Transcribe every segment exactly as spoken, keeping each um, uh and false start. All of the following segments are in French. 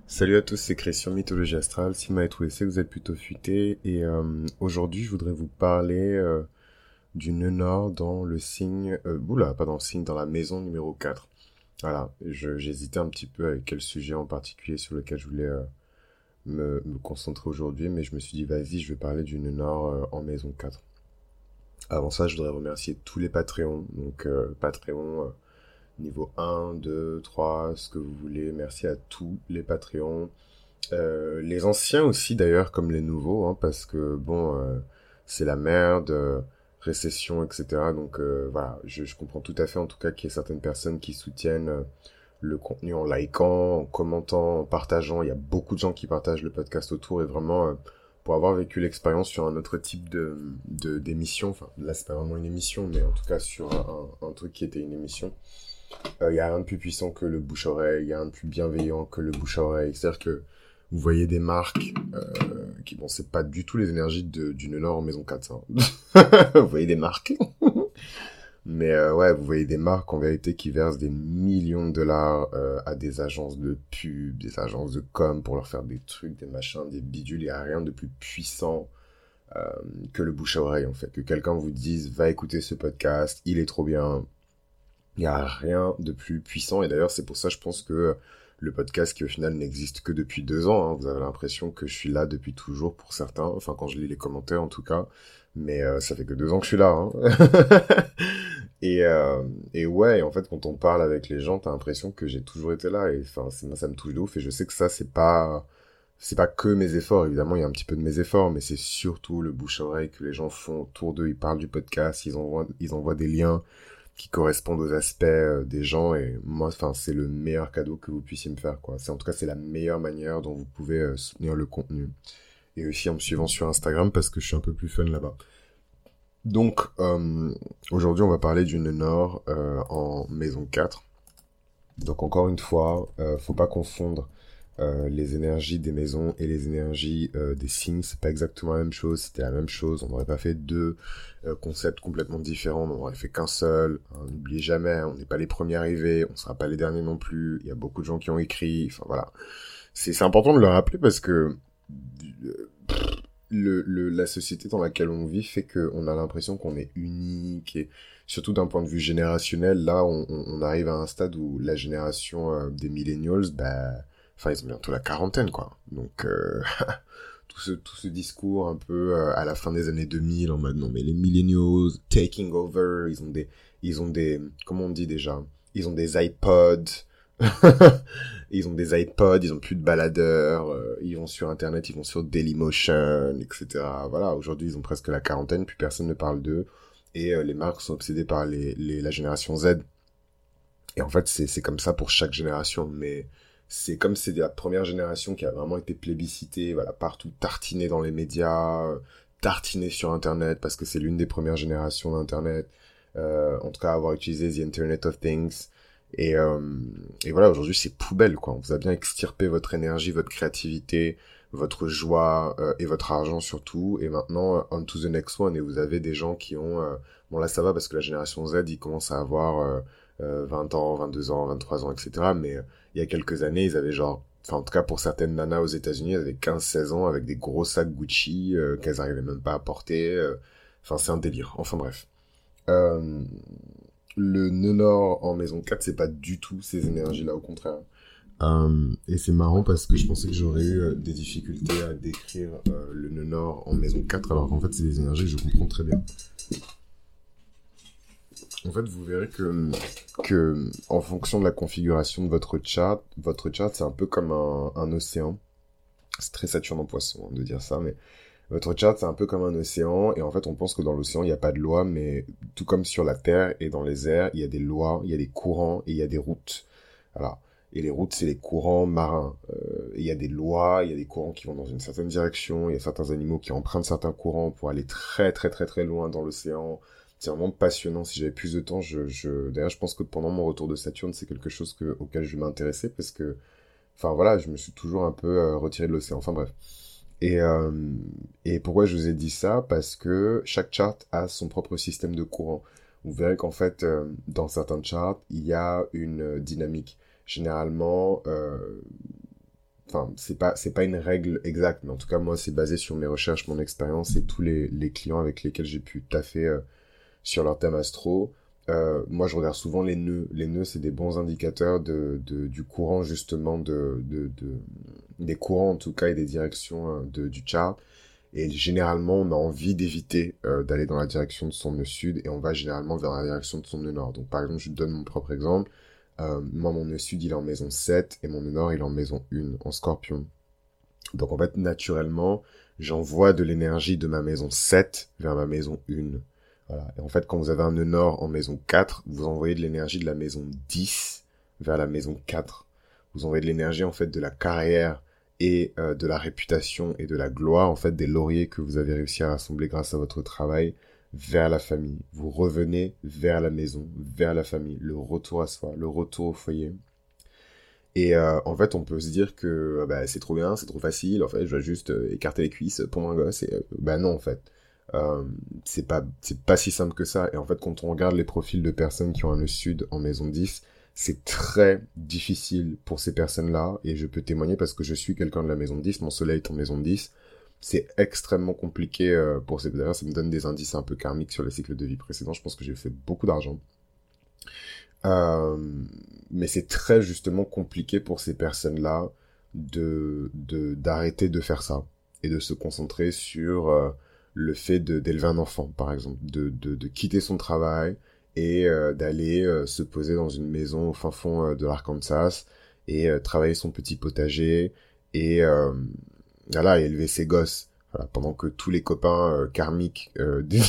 Salut à tous, c'est Christian Mythologie Astrale. Si vous m'avez trouvé, c'est que vous êtes plutôt futé. Et euh, aujourd'hui, je voudrais vous parler euh, du nœud nord dans le signe... Euh, oula, pas dans le signe, dans la maison numéro quatre. Voilà, je, j'hésitais un petit peu avec quel sujet en particulier sur lequel je voulais euh, me, me concentrer aujourd'hui, mais je me suis dit, vas-y, je vais parler du nœud nord euh, en maison quatre. Avant ça, je voudrais remercier tous les Patreons. Donc, euh, Patreon... euh, Niveau un, deux, trois, ce que vous voulez. Merci à tous les Patreons. Euh, les anciens aussi d'ailleurs, comme les nouveaux, hein, parce que bon, euh, c'est la merde, euh, récession, et cetera. Donc euh, voilà, je, je comprends tout à fait en tout cas qu'il y ait certaines personnes qui soutiennent euh, le contenu en likant, en commentant, en partageant. Il y a beaucoup de gens qui partagent le podcast autour et vraiment, euh, pour avoir vécu l'expérience sur un autre type de, de d'émission, enfin là c'est pas vraiment une émission, mais en tout cas sur un, un truc qui était une émission, il euh, y a rien de plus puissant que le bouche-oreille, il y a rien de plus bienveillant que le bouche-oreille. C'est-à-dire que vous voyez des marques euh, qui, bon, c'est pas du tout les énergies de, du nœud nord en maison quatre, ça. Hein. Vous voyez des marques. Mais euh, ouais, vous voyez des marques en vérité qui versent des millions de dollars euh, à des agences de pub, des agences de com pour leur faire des trucs, des machins, des bidules. Il y a rien de plus puissant euh, que le bouche-oreille, en fait. Que quelqu'un vous dise, va écouter ce podcast, il est trop bien. Il n'y a rien de plus puissant. Et d'ailleurs, c'est pour ça, je pense que le podcast, qui au final n'existe que depuis deux ans, hein, vous avez l'impression que je suis là depuis toujours pour certains. Enfin, quand je lis les commentaires, en tout cas. Mais euh, ça fait que deux ans que je suis là. Hein. et, euh, et ouais, en fait, quand on parle avec les gens, t'as l'impression que j'ai toujours été là. Et enfin, c'est- ça me touche de ouf. Et je sais que ça, c'est pas... C'est pas que mes efforts, évidemment, il y a un petit peu de mes efforts, mais c'est surtout le bouche-oreille que les gens font autour d'eux. Ils parlent du podcast, ils envoient, ils envoient des liens qui correspondent aux aspects euh, des gens, et moi, enfin, c'est le meilleur cadeau que vous puissiez me faire, quoi. C'est, en tout cas, c'est la meilleure manière dont vous pouvez euh, soutenir le contenu. Et aussi en me suivant sur Instagram, parce que je suis un peu plus fun là-bas. Donc, euh, aujourd'hui, on va parler du nœud nord euh, en maison quatre. Donc, encore une fois, euh, faut pas confondre euh, les énergies des maisons et les énergies euh, des signes. C'est pas exactement la même chose. C'était la même chose. On n'aurait pas fait deux euh, concepts complètement différents. On n'aurait fait qu'un seul. Hein, n'oubliez jamais, hein, on n'est pas les premiers arrivés. On sera pas les derniers non plus. Il y a beaucoup de gens qui ont écrit. Enfin, voilà. C'est, c'est important de le rappeler parce que euh, le, le, la société dans laquelle on vit fait qu'on a l'impression qu'on est unique, et surtout d'un point de vue générationnel, là, on, on, on arrive à un stade où la génération euh, des millennials, bah, enfin, ils ont bientôt la quarantaine, quoi. Donc, euh, tout ce, tout ce discours un peu euh, à la fin des années deux mille, en mode, non, mais les millennials, taking over, ils ont des, ils ont des, comment on dit déjà? Ils ont des iPods, ils ont des iPods, ils ont plus de baladeurs, euh, ils vont sur Internet, ils vont sur Dailymotion, et cetera. Voilà, aujourd'hui, ils ont presque la quarantaine, plus personne ne parle d'eux. Et euh, les marques sont obsédées par les, les, la génération Z. Et en fait, c'est, c'est comme ça pour chaque génération. Mais c'est comme c'est la première génération qui a vraiment été plébiscitée, voilà, partout, tartinée dans les médias, euh, tartinée sur Internet, parce que c'est l'une des premières générations d'Internet. Euh, en tout cas, avoir utilisé The Internet of Things. Et, euh, et voilà, aujourd'hui, c'est poubelle, quoi. On vous a bien extirpé votre énergie, votre créativité, votre joie euh, et votre argent surtout. Et maintenant, euh, on to the next one. Et vous avez des gens qui ont... euh, bon, là, ça va parce que la génération Z, ils commencent à avoir euh, euh, vingt ans, vingt-deux ans, vingt-trois ans, et cetera. Mais euh, il y a quelques années, ils avaient genre... Enfin, en tout cas, pour certaines nanas aux États-Unis, elles avaient quinze seize ans avec des gros sacs Gucci euh, qu'elles arrivaient même pas à porter. euh. Enfin, c'est un délire. Enfin, bref. Euh, le nœud nord en maison quatre, c'est pas du tout ces énergies-là, au contraire. Euh, et c'est marrant parce que je pensais que j'aurais eu euh, des difficultés à décrire euh, le nœud nord en maison quatre, alors qu'en fait, c'est des énergies que je comprends très bien. En fait, vous verrez que, que en fonction de la configuration de votre chart, votre chart, c'est un peu comme un, un océan. C'est très Saturne en poisson hein, de dire ça, mais votre chart, c'est un peu comme un océan, et en fait, on pense que dans l'océan, il n'y a pas de loi, mais tout comme sur la Terre et dans les airs, il y a des lois, il y a des courants, et il y a des routes. Voilà. Et les routes, c'est les courants marins. Euh, et il y a des lois, il y a des courants qui vont dans une certaine direction, il y a certains animaux qui empruntent certains courants pour aller très très très très loin dans l'océan. C'est vraiment passionnant. Si j'avais plus de temps, je, je... d'ailleurs, je pense que pendant mon retour de Saturne, c'est quelque chose que, auquel je vais m'intéresser, parce que, enfin voilà, je me suis toujours un peu euh, retiré de l'océan. Enfin bref. Et, euh, et pourquoi je vous ai dit ça? Parce que chaque chart a son propre système de courant. Vous verrez qu'en fait, euh, dans certains charts, il y a une dynamique. Généralement, euh, enfin, c'est pas, c'est pas une règle exacte, mais en tout cas, moi, c'est basé sur mes recherches, mon expérience et tous les, les clients avec lesquels j'ai pu taffer euh, sur leur thème astro. Euh, moi, je regarde souvent les nœuds. Les nœuds, c'est des bons indicateurs de, de, du courant, justement, de, de, de, des courants, en tout cas, et des directions euh, de, du chart. Et généralement, on a envie d'éviter euh, d'aller dans la direction de son nœud sud et on va généralement vers la direction de son nœud nord. Donc, par exemple, je te donne mon propre exemple. Euh, moi, mon nœud sud, il est en maison sept et mon nœud nord, il est en maison un, en scorpion. Donc, en fait, naturellement, j'envoie de l'énergie de ma maison sept vers ma maison un. Voilà. Et en fait, quand vous avez un nœud nord en maison quatre, vous envoyez de l'énergie de la maison dix vers la maison quatre. Vous envoyez de l'énergie, en fait, de la carrière et euh, de la réputation et de la gloire, en fait, des lauriers que vous avez réussi à rassembler grâce à votre travail vers la famille. Vous revenez vers la maison, vers la famille, le retour à soi, le retour au foyer. Et euh, en fait, on peut se dire que bah, c'est trop bien, c'est trop facile, en fait, je dois juste euh, écarter les cuisses pour mon gosse. Et euh, bah non, en fait. Euh, c'est pas, c'est pas si simple que ça. Et en fait, quand on regarde les profils de personnes qui ont un nœud sud en maison dix, c'est très difficile pour ces personnes-là. Et je peux témoigner parce que je suis quelqu'un de la maison dix, mon soleil est en maison dix. C'est extrêmement compliqué euh, pour ces... D'ailleurs, ça me donne des indices un peu karmiques sur le cycle de vie précédent. Je pense que j'ai fait beaucoup d'argent. Euh, mais c'est très justement compliqué pour ces personnes-là de, de, d'arrêter de faire ça et de se concentrer sur euh, le fait de, d'élever un enfant, par exemple, de, de, de quitter son travail et euh, d'aller euh, se poser dans une maison au fin fond euh, de l'Arkansas et euh, travailler son petit potager et euh, voilà, élever ses gosses. Voilà, pendant que tous les copains euh, karmiques euh, des...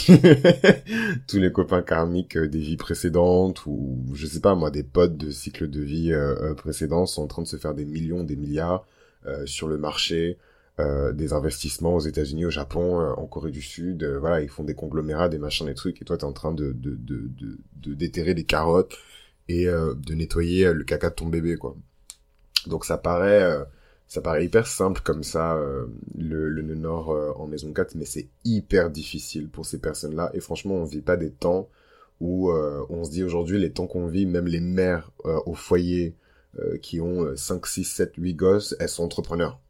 tous les copains karmiques euh, des vies précédentes ou je sais pas moi des potes de cycle de vie euh, euh, précédents sont en train de se faire des millions, des milliards euh, sur le marché euh, des investissements aux États-Unis, au Japon, euh, en Corée du Sud, euh, voilà, ils font des conglomérats, des machins, des trucs et toi t'es en train de de de de, de déterrer des carottes et euh, de nettoyer euh, le caca de ton bébé quoi. Donc ça paraît euh, ça paraît hyper simple comme ça, euh, le, le nœud nord euh, en maison quatre, mais c'est hyper difficile pour ces personnes-là. Et franchement, on vit pas des temps où euh, on se dit aujourd'hui, les temps qu'on vit, même les mères euh, au foyer euh, qui ont euh, cinq, six, sept, huit gosses, elles sont entrepreneurs.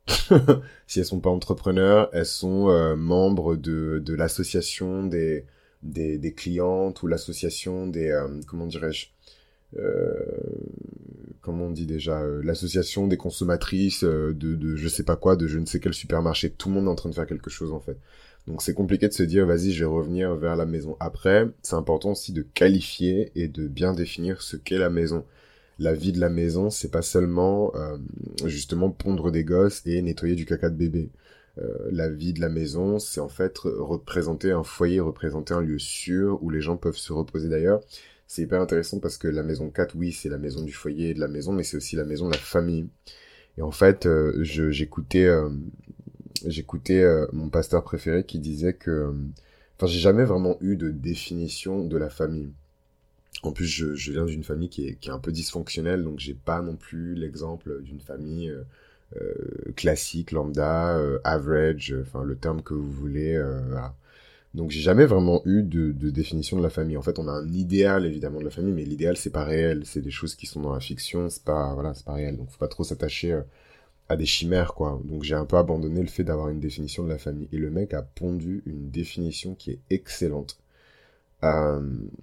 Si elles sont pas entrepreneurs, elles sont euh, membres de, de l'association des, des, des clientes ou l'association des... euh, comment dirais-je euh, comment on dit déjà, euh, l'association des consommatrices euh, de, de je sais pas quoi, de je ne sais quel supermarché. Tout le monde est en train de faire quelque chose en fait. Donc c'est compliqué de se dire vas-y je vais revenir vers la maison. Après, c'est important aussi de qualifier et de bien définir ce qu'est la maison. La vie de la maison, c'est pas seulement euh, justement pondre des gosses et nettoyer du caca de bébé. Euh, la vie de la maison, c'est en fait représenter un foyer, représenter un lieu sûr où les gens peuvent se reposer d'ailleurs. C'est hyper intéressant parce que la maison quatre, oui, c'est la maison du foyer et de la maison, mais c'est aussi la maison de la famille. Et en fait, euh, je, j'écoutais, euh, j'écoutais euh, mon pasteur préféré qui disait que, euh, enfin, j'ai jamais vraiment eu de définition de la famille. En plus, je, je viens d'une famille qui est, qui est un peu dysfonctionnelle, donc j'ai pas non plus l'exemple d'une famille euh, euh, classique, lambda, euh, average, enfin le terme que vous voulez. Euh, voilà. Donc j'ai jamais vraiment eu de, de définition de la famille. En fait, on a un idéal évidemment de la famille, mais l'idéal c'est pas réel. C'est des choses qui sont dans la fiction, c'est pas voilà, c'est pas réel. Donc faut pas trop s'attacher euh, à des chimères quoi. Donc j'ai un peu abandonné le fait d'avoir une définition de la famille. Et le mec a pondu une définition qui est excellente. Euh,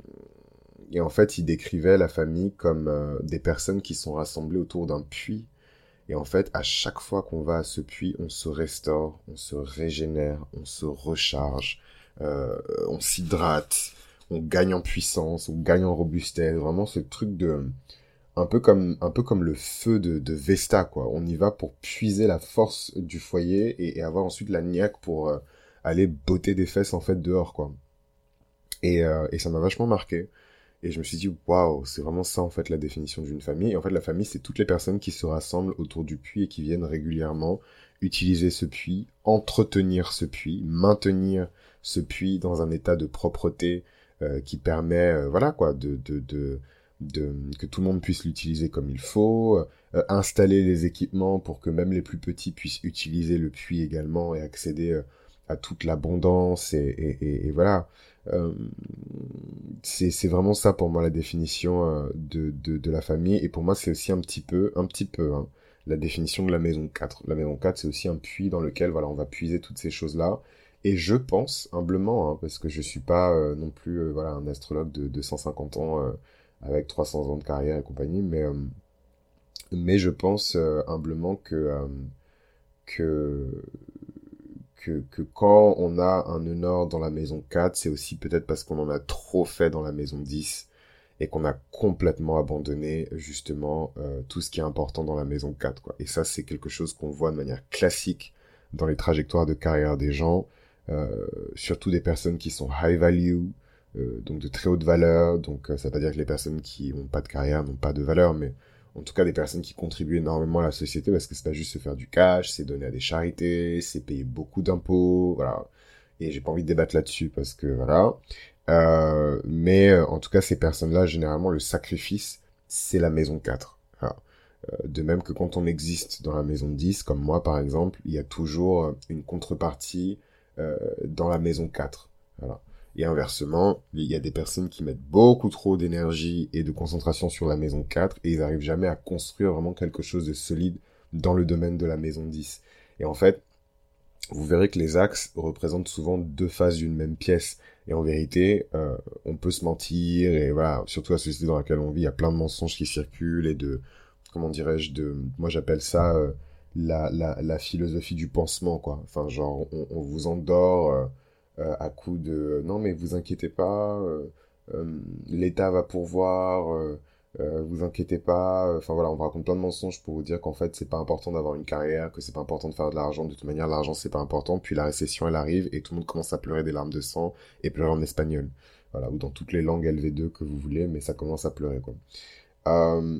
et en fait, il décrivait la famille comme euh, des personnes qui sont rassemblées autour d'un puits. Et en fait, à chaque fois qu'on va à ce puits, on se restaure, on se régénère, on se recharge, euh, on s'hydrate, on gagne en puissance, on gagne en robustesse. Vraiment, ce truc de, un peu comme, un peu comme le feu de, de Vesta, quoi. On y va pour puiser la force du foyer et, et avoir ensuite la niaque pour euh, aller botter des fesses en fait dehors, quoi. Et, euh, et ça m'a vachement marqué. Et je me suis dit, waouh, c'est vraiment ça en fait la définition d'une famille. Et en fait, la famille, c'est toutes les personnes qui se rassemblent autour du puits et qui viennent régulièrement utiliser ce puits, entretenir ce puits, maintenir ce puits dans un état de propreté euh, qui permet, euh, voilà quoi, de, de, de, de, que tout le monde puisse l'utiliser comme il faut, euh, installer les équipements pour que même les plus petits puissent utiliser le puits également et accéder euh, à toute l'abondance et, et, et, et voilà. Euh, c'est c'est vraiment ça pour moi la définition euh, de, de de la famille et pour moi c'est aussi un petit peu un petit peu hein, la définition de la maison quatre. La maison quatre, c'est aussi un puits dans lequel, voilà, on va puiser toutes ces choses-là. Et je pense, humblement, hein, parce que je suis pas euh, non plus euh, voilà, un astrologue de, de cent cinquante ans euh, avec trois cents ans de carrière et compagnie, mais, euh, mais je pense euh, humblement que, euh, que, que, que quand on a un nœud nord dans la maison quatre, c'est aussi peut-être parce qu'on en a trop fait dans la maison dix et qu'on a complètement abandonné justement euh, tout ce qui est important dans la maison quatre, quoi. Et ça, c'est quelque chose qu'on voit de manière classique dans les trajectoires de carrière des gens, euh, surtout des personnes qui sont high value, euh, donc de très haute valeur. Donc euh, ça veut pas dire que les personnes qui n'ont pas de carrière n'ont pas de valeur, mais en tout cas des personnes qui contribuent énormément à la société, parce que c'est pas juste se faire du cash, c'est donner à des charités, c'est payer beaucoup d'impôts, voilà. Et j'ai pas envie de débattre là-dessus parce que voilà. Euh, mais euh, en tout cas, ces personnes-là, généralement, le sacrifice, c'est la maison quatre. Voilà. Euh, de même que quand on existe dans la maison dix, comme moi par exemple, il y a toujours euh, une contrepartie euh, dans la maison quatre. Voilà. Et inversement, il y a des personnes qui mettent beaucoup trop d'énergie et de concentration sur la maison quatre et ils n'arrivent jamais à construire vraiment quelque chose de solide dans le domaine de la maison dix. Et en fait, vous verrez que les axes représentent souvent deux faces d'une même pièce. Et en vérité, euh, on peut se mentir, et voilà, surtout la société dans laquelle on vit, il y a plein de mensonges qui circulent, et de, comment dirais-je, de, moi j'appelle ça euh, la, la, la philosophie du pansement, quoi. Enfin, genre, on, on vous endort euh, euh, à coup de, non mais vous inquiétez pas, euh, euh, l'État va pourvoir, euh, euh, vous inquiétez pas. Enfin voilà, on vous raconte plein de mensonges pour vous dire qu'en fait c'est pas important d'avoir une carrière, que c'est pas important de faire de l'argent. De toute manière, l'argent c'est pas important. Puis la récession elle arrive et tout le monde commence à pleurer des larmes de sang et pleurer en espagnol. Voilà, ou dans toutes les langues L V deux que vous voulez, mais ça commence à pleurer quoi. Euh,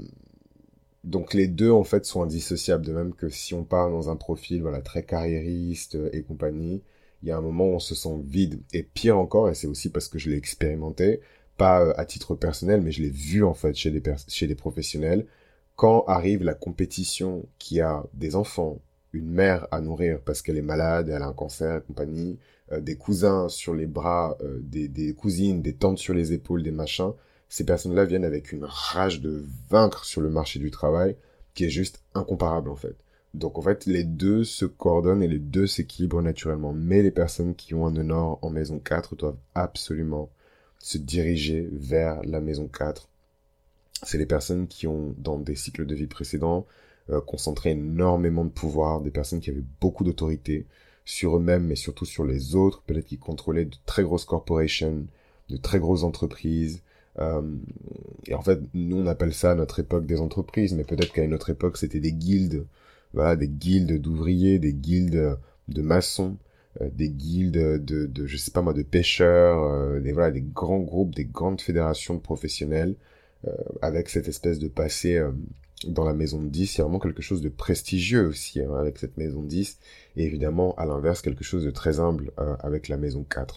donc les deux en fait sont indissociables. De même que si on part dans un profil voilà très carriériste et compagnie, il y a un moment où on se sent vide. Et pire encore, et c'est aussi parce que je l'ai expérimenté, pas euh, à titre personnel, mais je l'ai vu en fait chez des pers- chez des professionnels. Quand arrive la compétition qui a des enfants, une mère à nourrir parce qu'elle est malade, elle a un cancer et compagnie, euh, des cousins sur les bras, euh, des, des cousines, des tantes sur les épaules, des machins, ces personnes-là viennent avec une rage de vaincre sur le marché du travail qui est juste incomparable en fait. Donc en fait, les deux se coordonnent et les deux s'équilibrent naturellement. Mais les personnes qui ont un nœud nord en maison quatre doivent absolument se diriger vers la maison quatre. C'est les personnes qui ont, dans des cycles de vie précédents, euh, concentré énormément de pouvoir, des personnes qui avaient beaucoup d'autorité sur eux-mêmes, mais surtout sur les autres, peut-être qui contrôlaient de très grosses corporations, de très grosses entreprises. Euh, et en fait, nous, on appelle ça à notre époque des entreprises, mais peut-être qu'à une autre époque, c'était des guildes, voilà, des guildes d'ouvriers, des guildes de maçons, euh, des guildes de, de, je sais pas moi, de pêcheurs, euh, des, voilà, des grands groupes, des grandes fédérations de professionnels euh, avec cette espèce de passé euh, dans la maison de dix, c'est vraiment quelque chose de prestigieux aussi hein, avec cette maison de dix, et évidemment, à l'inverse, quelque chose de très humble euh, avec la maison quatre.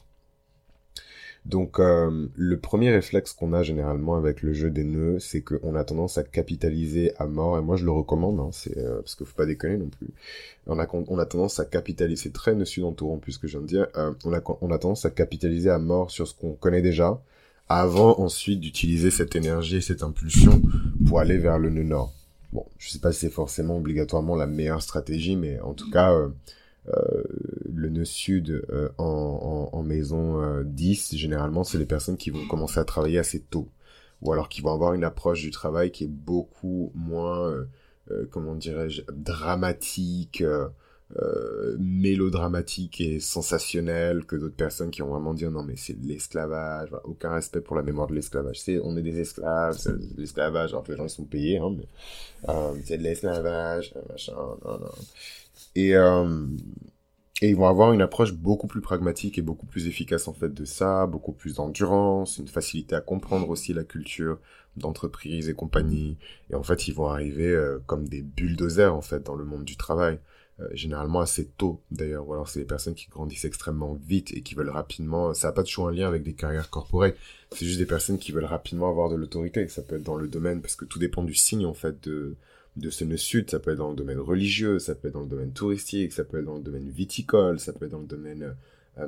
Donc, euh, le premier réflexe qu'on a généralement avec le jeu des nœuds, c'est qu'on a tendance à capitaliser à mort, et moi je le recommande, hein, c'est, euh, parce qu'il faut pas déconner non plus. On a, on a tendance à capitaliser, c'est très nœud sud entourant plus ce que je viens de dire, euh, on, a, on a tendance à capitaliser à mort sur ce qu'on connaît déjà, avant ensuite d'utiliser cette énergie et cette impulsion pour aller vers le nœud nord. Bon, je sais pas si c'est forcément obligatoirement la meilleure stratégie, mais en tout cas, euh, euh, le nœud sud euh, en, en, en maison euh, dix, généralement, c'est les personnes qui vont commencer à travailler assez tôt. Ou alors qui vont avoir une approche du travail qui est beaucoup moins, euh, euh, comment dirais-je, dramatique, euh, euh, mélodramatique et sensationnel que d'autres personnes qui ont vraiment dit oh non mais c'est de l'esclavage, voilà, aucun respect pour la mémoire de l'esclavage. C'est, on est des esclaves, c'est de l'esclavage, alors que les gens ils sont payés, hein, mais euh, c'est de l'esclavage, machin, non, non. Et, euh, et ils vont avoir une approche beaucoup plus pragmatique et beaucoup plus efficace en fait de ça, beaucoup plus d'endurance, une facilité à comprendre aussi la culture d'entreprise et compagnie. Et en fait, ils vont arriver euh, comme des bulldozers en fait dans le monde du travail. Euh, généralement assez tôt d'ailleurs, ou alors c'est des personnes qui grandissent extrêmement vite et qui veulent rapidement, ça n'a pas toujours un lien avec des carrières corporate, c'est juste des personnes qui veulent rapidement avoir de l'autorité, ça peut être dans le domaine, parce que tout dépend du signe en fait de, de ce nœud sud, ça peut être dans le domaine religieux, ça peut être dans le domaine touristique, ça peut être dans le domaine viticole, ça peut être dans le domaine euh,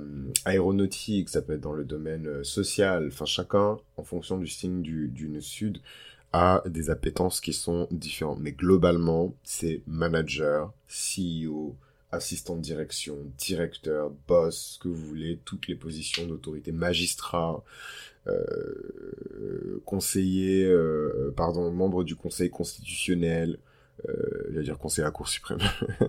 aéronautique, ça peut être dans le domaine euh, social, enfin chacun, en fonction du signe du, du nœud sud, a des appétences qui sont différentes. Mais globalement, c'est manager, C E O, assistant de direction, directeur, boss, ce que vous voulez, toutes les positions d'autorité, magistrat, euh, conseiller, euh, pardon, membre du Conseil constitutionnel, euh, je vais dire conseiller à la Cour suprême.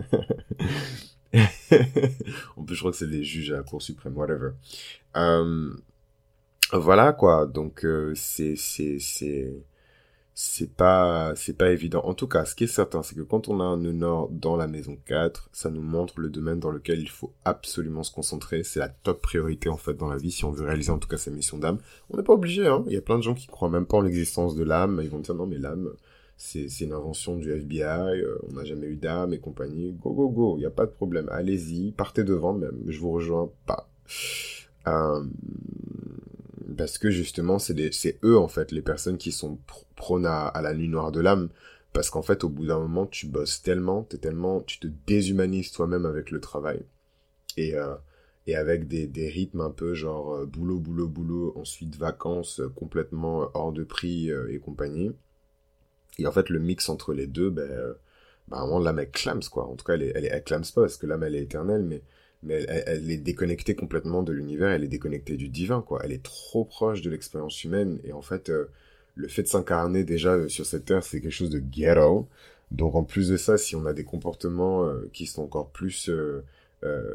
En plus, je crois que c'est des juges à la Cour suprême, whatever. Euh, voilà quoi, donc euh, c'est c'est c'est c'est pas c'est pas évident. En tout cas, ce qui est certain, c'est que quand on a un nœud nord dans la maison quatre, ça nous montre le domaine dans lequel il faut absolument se concentrer. C'est la top priorité en fait dans la vie si on veut réaliser en tout cas sa mission d'âme. On n'est pas obligé, hein. Il y a plein de gens qui croient même pas en l'existence de l'âme. Ils vont dire non mais l'âme c'est c'est une invention du F B I. Euh, on n'a jamais eu d'âme et compagnie. Go go go, il y a pas de problème. Allez-y, partez devant même. Je vous rejoins pas. Euh, parce que justement c'est des, c'est eux en fait les personnes qui sont pr- prônes à, à la nuit noire de l'âme, parce qu'en fait au bout d'un moment tu bosses tellement, t'es tellement, tu te déshumanises toi-même avec le travail et euh, et avec des des rythmes un peu genre euh, boulot boulot boulot, ensuite vacances euh, complètement euh, hors de prix euh, et compagnie. Et en fait le mix entre les deux, ben euh, bah, vraiment l'âme elle clams quoi. En tout cas elle est, elle, est, elle clams pas parce que l'âme elle est éternelle, mais mais elle, elle, elle est déconnectée complètement de l'univers, elle est déconnectée du divin quoi. Elle est trop proche de l'expérience humaine et en fait euh, le fait de s'incarner déjà euh, sur cette terre c'est quelque chose de ghetto. Donc en plus de ça, si on a des comportements euh, qui sont encore plus euh, euh,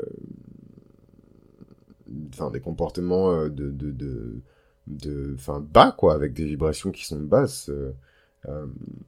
enfin des comportements euh, de de de de enfin bas quoi, avec des vibrations qui sont basses, euh, euh,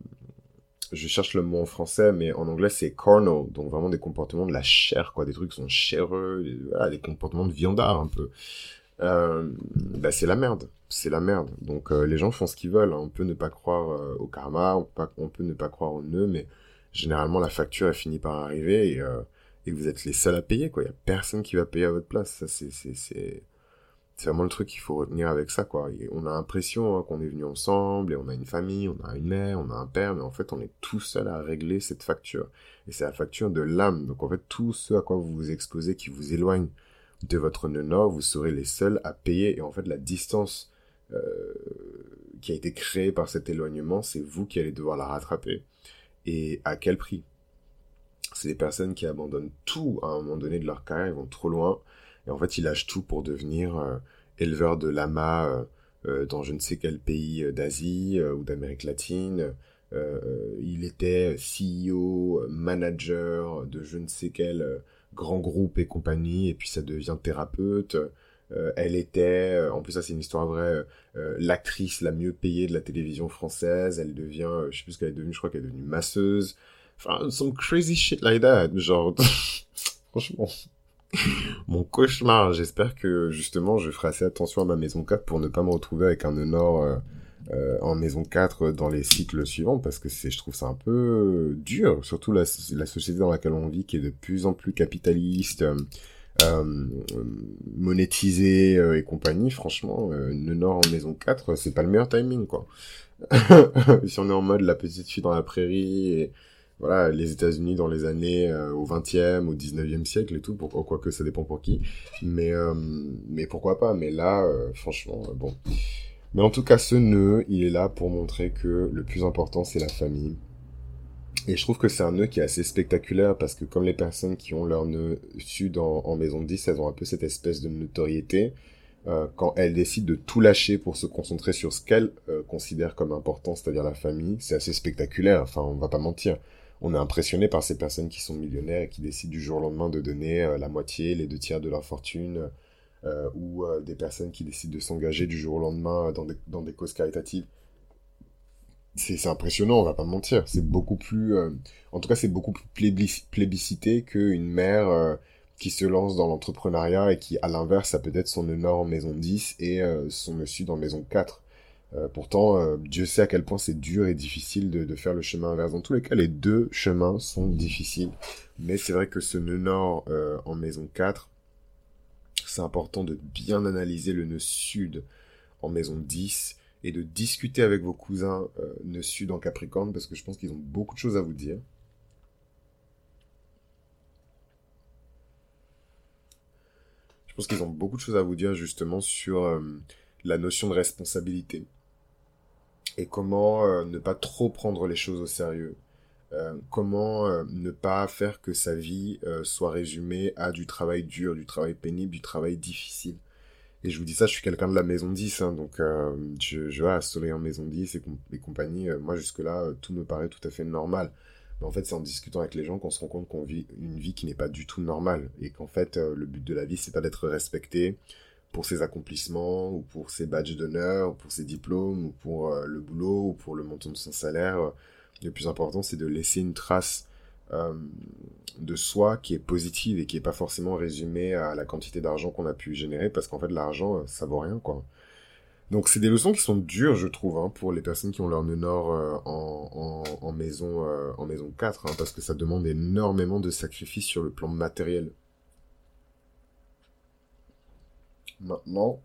je cherche le mot en français, mais en anglais c'est carnal, donc vraiment des comportements de la chair, quoi, des trucs qui sont chéreux, des, voilà, des comportements de viandard un peu. Euh, bah c'est la merde, c'est la merde. Donc euh, les gens font ce qu'ils veulent, hein. On peut ne pas croire euh, au karma, on peut, pas, on peut ne pas croire au nœud, mais généralement la facture elle finit par arriver et, euh, et vous êtes les seuls à payer, quoi. Il y a personne qui va payer à votre place. Ça c'est c'est c'est c'est vraiment le truc qu'il faut retenir avec ça, quoi. Et on a l'impression hein, qu'on est venus ensemble, et on a une famille, on a une mère, on a un père, mais en fait, on est tout seul à régler cette facture. Et c'est la facture de l'âme. Donc en fait, tout ce à quoi vous vous exposez qui vous éloigne de votre nœud nord, vous serez les seuls à payer. Et en fait, la distance euh, qui a été créée par cet éloignement, c'est vous qui allez devoir la rattraper. Et à quel prix? C'est des personnes qui abandonnent tout à un moment donné de leur carrière, ils vont trop loin, et en fait ils lâchent tout pour devenir euh, éleveurs de lamas euh, euh, dans je ne sais quel pays euh, d'Asie euh, ou d'Amérique latine. Euh, il était C E O, manager de je ne sais quel euh, grand groupe et compagnie, et puis ça devient thérapeute. Euh, elle était, euh, en plus ça c'est une histoire vraie, euh, l'actrice la mieux payée de la télévision française. Elle devient, euh, je sais plus ce qu'elle est devenue, je crois qu'elle est devenue masseuse. Enfin, some crazy shit like that. Genre, franchement, mon cauchemar. J'espère que, justement, je ferai assez attention à ma maison quatre pour ne pas me retrouver avec un nœud nord euh, euh, en maison quatre dans les cycles suivants, parce que c'est, je trouve ça un peu dur. Surtout la, la société dans laquelle on vit, qui est de plus en plus capitaliste, euh, euh, monétisée euh, et compagnie. Franchement, euh, nœud nord en maison quatre, c'est pas le meilleur timing, quoi. Si on est en mode la petite fille dans la prairie et voilà, les États-Unis dans les années euh, au vingtième, au dix-neuvième siècle et tout, pourquoi, quoique ça dépend pour qui. Mais, euh, mais pourquoi pas, mais là, euh, franchement, euh, bon. Mais en tout cas, ce nœud, il est là pour montrer que le plus important, c'est la famille. Et je trouve que c'est un nœud qui est assez spectaculaire parce que comme les personnes qui ont leur nœud sud en, en maison dix, elles ont un peu cette espèce de notoriété. Euh, quand elles décident de tout lâcher pour se concentrer sur ce qu'elles euh, considèrent comme important, c'est-à-dire la famille, c'est assez spectaculaire, enfin on va pas mentir. On est impressionné par ces personnes qui sont millionnaires et qui décident du jour au lendemain de donner euh, la moitié, les deux tiers de leur fortune, euh, ou euh, des personnes qui décident de s'engager du jour au lendemain dans des, dans des causes caritatives. C'est c'est impressionnant, on va pas mentir. C'est beaucoup plus, euh, en tout cas, c'est beaucoup plus plébis- plébiscité qu'une mère euh, qui se lance dans l'entrepreneuriat et qui, à l'inverse, a peut-être son nord en maison dix et euh, son sud en maison quatre. Euh, pourtant, euh, Dieu sait à quel point c'est dur et difficile de, de faire le chemin inverse. Dans tous les cas, les deux chemins sont difficiles. Mais c'est vrai que ce nœud nord euh, en maison quatre, c'est important de bien analyser le nœud sud en maison dix et de discuter avec vos cousins euh, nœud sud en Capricorne parce que je pense qu'ils ont beaucoup de choses à vous dire. Je pense qu'ils ont beaucoup de choses à vous dire justement sur euh, la notion de responsabilité. et comment euh, ne pas trop prendre les choses au sérieux. Euh, comment euh, ne pas faire que sa vie euh, soit résumée à du travail dur, du travail pénible, du travail difficile. Et je vous dis ça, je suis quelqu'un de la maison dix, hein, donc euh, je, je vais à Soleil en maison dix et, com- et compagnie. Euh, moi, jusque-là, euh, tout me paraît tout à fait normal. Mais en fait, c'est en discutant avec les gens qu'on se rend compte qu'on vit une vie qui n'est pas du tout normale. Et qu'en fait, euh, le but de la vie, c'est pas d'être respecté pour ses accomplissements, ou pour ses badges d'honneur, ou pour ses diplômes, ou pour euh, le boulot, ou pour le montant de son salaire. Le plus important, c'est de laisser une trace euh, de soi qui est positive et qui est pas forcément résumée à la quantité d'argent qu'on a pu générer, parce qu'en fait, l'argent, euh, ça vaut rien, quoi. Donc, c'est des leçons qui sont dures, je trouve, hein, pour les personnes qui ont leur nœud nord euh, en, en, en maison euh, en maison quatre, hein, parce que ça demande énormément de sacrifices sur le plan matériel. Maintenant,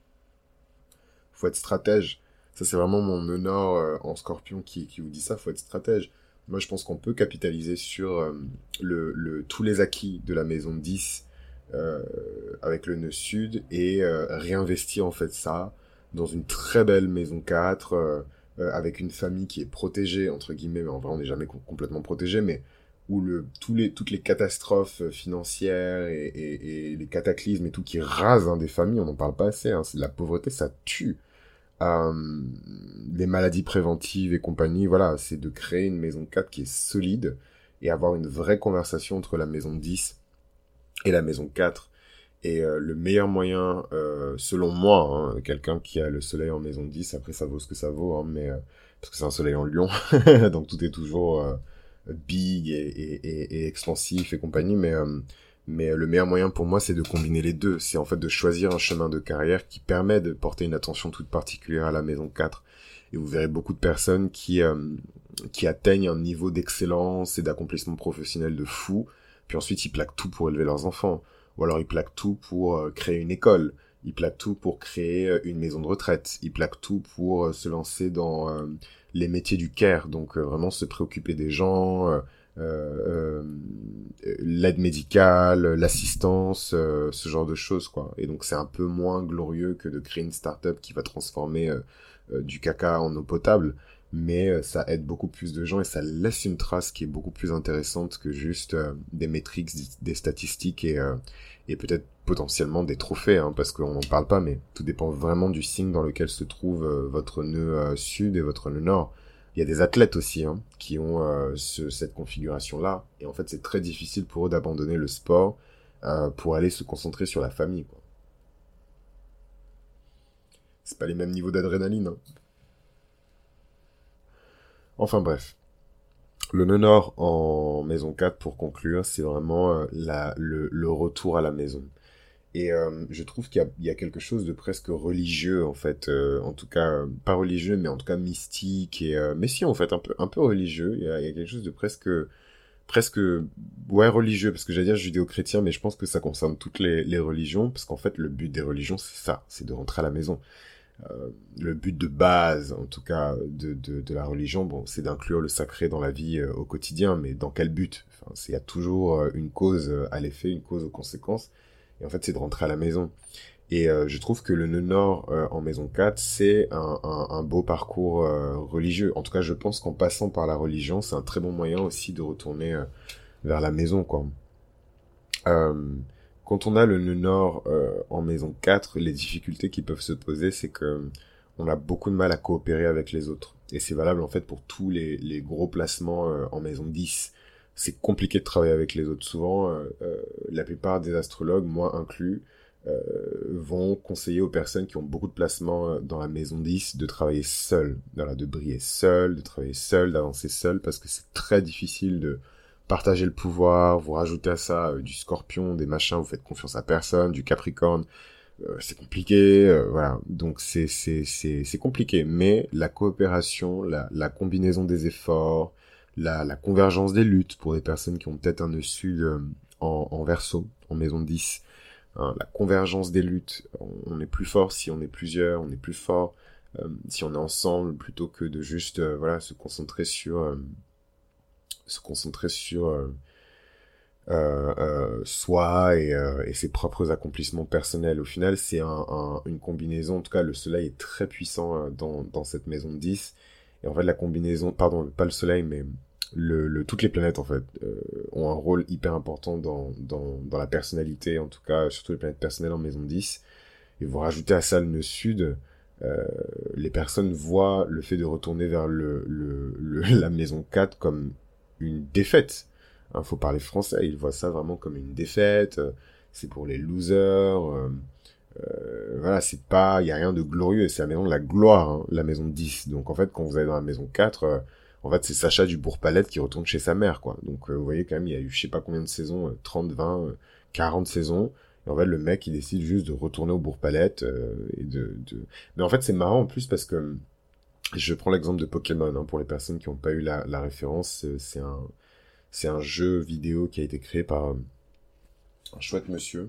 faut être stratège. Ça, c'est vraiment mon nœud nord euh, en scorpion qui, qui vous dit ça, faut être stratège. Moi, je pense qu'on peut capitaliser sur euh, le, le, tous les acquis de la maison dix euh, avec le nœud sud et euh, réinvestir en fait ça dans une très belle maison quatre euh, euh, avec une famille qui est protégée, entre guillemets, mais en vrai, on n'est jamais com- complètement protégé, mais où le, tous les, toutes les catastrophes financières et, et, et les cataclysmes et tout qui rasent hein, des familles, on n'en parle pas assez, hein, c'est de la pauvreté, ça tue euh, les maladies préventives et compagnie, voilà, c'est de créer une maison quatre qui est solide et avoir une vraie conversation entre la maison dix et la maison quatre. Et euh, le meilleur moyen, euh, selon moi, hein, quelqu'un qui a le soleil en maison dix, après ça vaut ce que ça vaut, hein, mais euh, parce que c'est un soleil en lion, donc tout est toujours euh, big et, et, et, et expansif et compagnie, mais euh, mais le meilleur moyen pour moi, c'est de combiner les deux. C'est en fait de choisir un chemin de carrière qui permet de porter une attention toute particulière à la maison quatre. Et vous verrez beaucoup de personnes qui, euh, qui atteignent un niveau d'excellence et d'accomplissement professionnel de fou, puis ensuite ils plaquent tout pour élever leurs enfants. Ou alors ils plaquent tout pour euh, créer une école. Ils plaquent tout pour créer euh, une maison de retraite. Ils plaquent tout pour euh, se lancer dans euh, les métiers du care. Donc euh, vraiment se préoccuper des gens, euh, euh, euh, l'aide médicale, l'assistance, euh, ce genre de choses, quoi. Et donc c'est un peu moins glorieux que de créer une start-up qui va transformer euh, euh, du caca en eau potable, mais euh, ça aide beaucoup plus de gens et ça laisse une trace qui est beaucoup plus intéressante que juste euh, des métriques, des statistiques et, euh, et peut-être potentiellement des trophées, hein, parce qu'on n'en parle pas, mais tout dépend vraiment du signe dans lequel se trouve euh, votre nœud euh, sud et votre nœud nord. Il y a des athlètes aussi hein, qui ont euh, ce, cette configuration-là. Et en fait, c'est très difficile pour eux d'abandonner le sport euh, pour aller se concentrer sur la famille, quoi. C'est pas les mêmes niveaux d'adrénaline. Hein. Enfin bref. Le nœud nord en maison quatre, pour conclure, c'est vraiment euh, la, le, le retour à la maison. Et euh, je trouve qu'il y a, il y a quelque chose de presque religieux, en fait. Euh, en tout cas, euh, pas religieux, mais en tout cas mystique. Et, euh, mais si, en fait, un peu, un peu religieux. Il y a, il y a quelque chose de presque presque ouais religieux parce que j'allais dire judéo-chrétien mais je pense que ça concerne toutes les, les religions parce qu'en fait le but des religions c'est ça, c'est de rentrer à la maison. Euh, le but de base en tout cas de, de, de la religion bon c'est d'inclure le sacré dans la vie euh, au quotidien, mais dans quel but? Enfin, c'est il y a toujours euh, une cause euh, à l'effet, une cause aux conséquences, et en fait c'est de rentrer à la maison. Et euh, je trouve que le nœud nord euh, en maison quatre, c'est un, un, un beau parcours euh, religieux. En tout cas, je pense qu'en passant par la religion, c'est un très bon moyen aussi de retourner euh, vers la maison, quoi. Euh, Quand on a le nœud nord euh, en maison quatre, les difficultés qui peuvent se poser, c'est que on a beaucoup de mal à coopérer avec les autres. Et c'est valable en fait pour tous les, les gros placements euh, en maison dix. C'est compliqué de travailler avec les autres. Souvent, euh, euh, la plupart des astrologues, moi inclus, euh, vont conseiller aux personnes qui ont beaucoup de placements euh, dans la maison dix de travailler seul, voilà, de briller seul, de travailler seul, d'avancer seul, parce que c'est très difficile de partager le pouvoir. Vous rajoutez à ça euh, du scorpion, des machins, vous faites confiance à personne, du capricorne, euh, c'est compliqué, euh, voilà. Donc c'est c'est c'est c'est compliqué, mais la coopération, la la combinaison des efforts, la la convergence des luttes pour des personnes qui ont peut-être un nœud sud euh, en en verso, en maison dix, hein, la convergence des luttes, on, on est plus fort si on est plusieurs, on est plus fort euh, si on est ensemble plutôt que de juste euh, voilà se concentrer sur euh, se concentrer sur euh, euh, euh, soi et, euh, et ses propres accomplissements personnels. Au final, c'est un, un- une combinaison. En tout cas, le soleil est très puissant euh, dans, dans cette maison de dix. Et en fait, la combinaison, pardon, pas le soleil, mais le, le, toutes les planètes, en fait, euh, ont un rôle hyper important dans, dans, dans la personnalité, en tout cas, surtout les planètes personnelles en maison dix. Et vous rajoutez à ça le nœud sud, euh, les personnes voient le fait de retourner vers le, le, le, la maison quatre comme une défaite. Hein, faut parler français, ils voient ça vraiment comme une défaite, euh, c'est pour les losers, euh, euh, voilà, c'est pas, il y a rien de glorieux, c'est la maison de la gloire, hein, la maison dix. Donc en fait, quand vous allez dans la maison quatre, euh, en fait, c'est Sacha du Bourg-Palette qui retourne chez sa mère, quoi. Donc euh, vous voyez quand même, il y a eu je sais pas combien de saisons, euh, trente, vingt, euh, quarante saisons. Et en fait, le mec, il décide juste de retourner au Bourg-Palette euh, et de, de... Mais en fait, c'est marrant en plus parce que je prends l'exemple de Pokémon, hein, pour les personnes qui n'ont pas eu la, la référence. euh, C'est un, c'est un jeu vidéo qui a été créé par euh, un chouette monsieur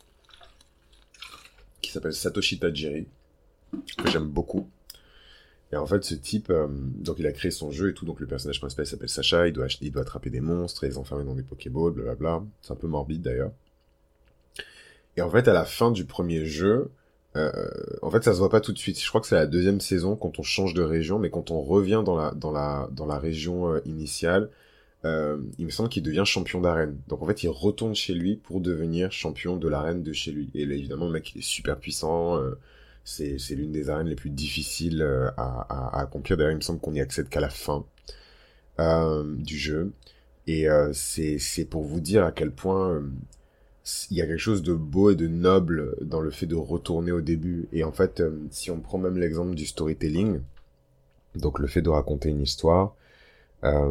qui s'appelle Satoshi Tajiri, que j'aime beaucoup. Et en fait, ce type, euh, donc il a créé son jeu et tout, donc le personnage principal s'appelle Sacha, il doit, ach- il doit attraper des monstres et les enfermer dans des Pokéballs, blablabla. C'est un peu morbide d'ailleurs. Et en fait, à la fin du premier jeu, euh, en fait, ça se voit pas tout de suite. Je crois que c'est la deuxième saison quand on change de région, mais quand on revient dans la dans la dans la région euh, initiale, euh, il me semble qu'il devient champion d'arène. Donc en fait, il retourne chez lui pour devenir champion de l'arène de chez lui. Et là, évidemment, le mec, il est super puissant. euh, c'est c'est l'une des arènes les plus difficiles euh, à, à, à accomplir. D'ailleurs, il me semble qu'on y accède qu'à la fin euh, du jeu. Et euh, c'est c'est pour vous dire à quel point euh, il y a quelque chose de beau et de noble dans le fait de retourner au début. Et en fait, euh, si on prend même l'exemple du storytelling, donc le fait de raconter une histoire, euh,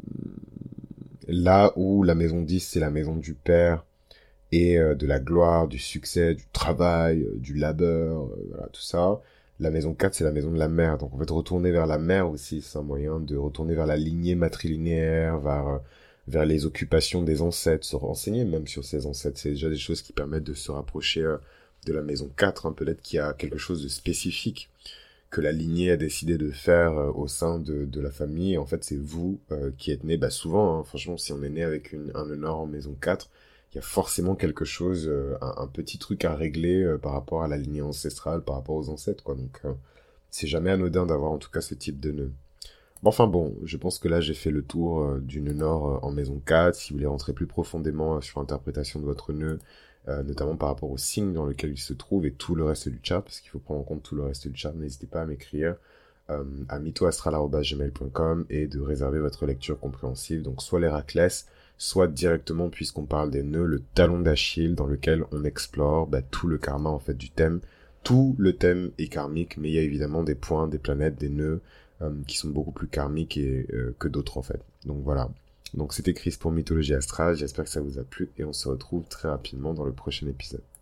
là où la maison dix, c'est la maison du père et euh, de la gloire, du succès, du travail, euh, du labeur, euh, voilà, tout ça. La maison quatre, c'est la maison de la mère. Donc en fait, retourner vers la mère aussi, c'est un moyen de retourner vers la lignée matrilinéaire, vers, euh, vers les occupations des ancêtres, se renseigner même sur ces ancêtres. C'est déjà des choses qui permettent de se rapprocher euh, de la maison quatre, hein. Peut-être qu'il y a quelque chose de spécifique que la lignée a décidé de faire euh, au sein de, de la famille. Et en fait, c'est vous euh, qui êtes né, bah souvent, hein, franchement, si on est né avec une, un honneur en maison quatre, il y a forcément quelque chose, euh, un, un petit truc à régler euh, par rapport à la lignée ancestrale, par rapport aux ancêtres, quoi. Donc, euh, c'est jamais anodin d'avoir en tout cas ce type de nœud. Bon, enfin bon, je pense que là j'ai fait le tour euh, du nœud nord euh, en maison quatre. Si vous voulez rentrer plus profondément euh, sur l'interprétation de votre nœud, euh, notamment par rapport au signe dans lequel il se trouve et tout le reste du chart, parce qu'il faut prendre en compte tout le reste du chart, n'hésitez pas à m'écrire euh, à mythoastral arobase gmail point com et de réserver votre lecture compréhensive, donc soit l'Héraclès, soit directement, puisqu'on parle des nœuds, le talon d'Achille, dans lequel on explore bah, tout le karma en fait du thème. Tout le thème est karmique, mais il y a évidemment des points, des planètes, des nœuds euh, qui sont beaucoup plus karmiques et, euh, que d'autres en fait. Donc voilà. Donc c'était Chris pour Mythologie Astrale, j'espère que ça vous a plu et on se retrouve très rapidement dans le prochain épisode.